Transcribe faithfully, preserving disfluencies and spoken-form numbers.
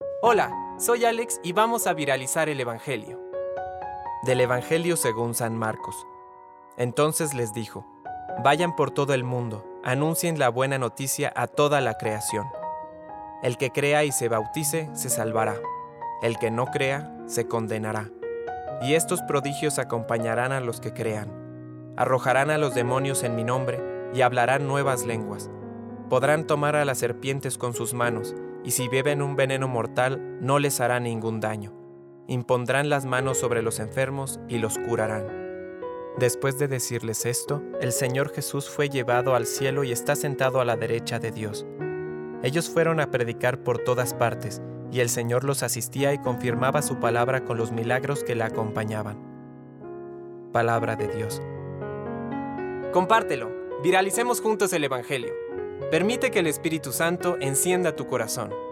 Hola, soy Alex y vamos a viralizar el Evangelio. Del Evangelio según San Marcos. Entonces les dijo: Vayan por todo el mundo, anuncien la buena noticia a toda la creación. El que crea y se bautice, se salvará. El que no crea, se condenará. Y estos prodigios acompañarán a los que crean. Arrojarán a los demonios en mi nombre y hablarán nuevas lenguas. Podrán tomar a las serpientes con sus manos, y si beben un veneno mortal, no les hará ningún daño. Impondrán las manos sobre los enfermos y los curarán. Después de decirles esto, el Señor Jesús fue llevado al cielo y está sentado a la derecha de Dios. Ellos fueron a predicar por todas partes, y el Señor los asistía y confirmaba su palabra con los milagros que la acompañaban. Palabra de Dios. Compártelo, viralicemos juntos el Evangelio. Permite que el Espíritu Santo encienda tu corazón.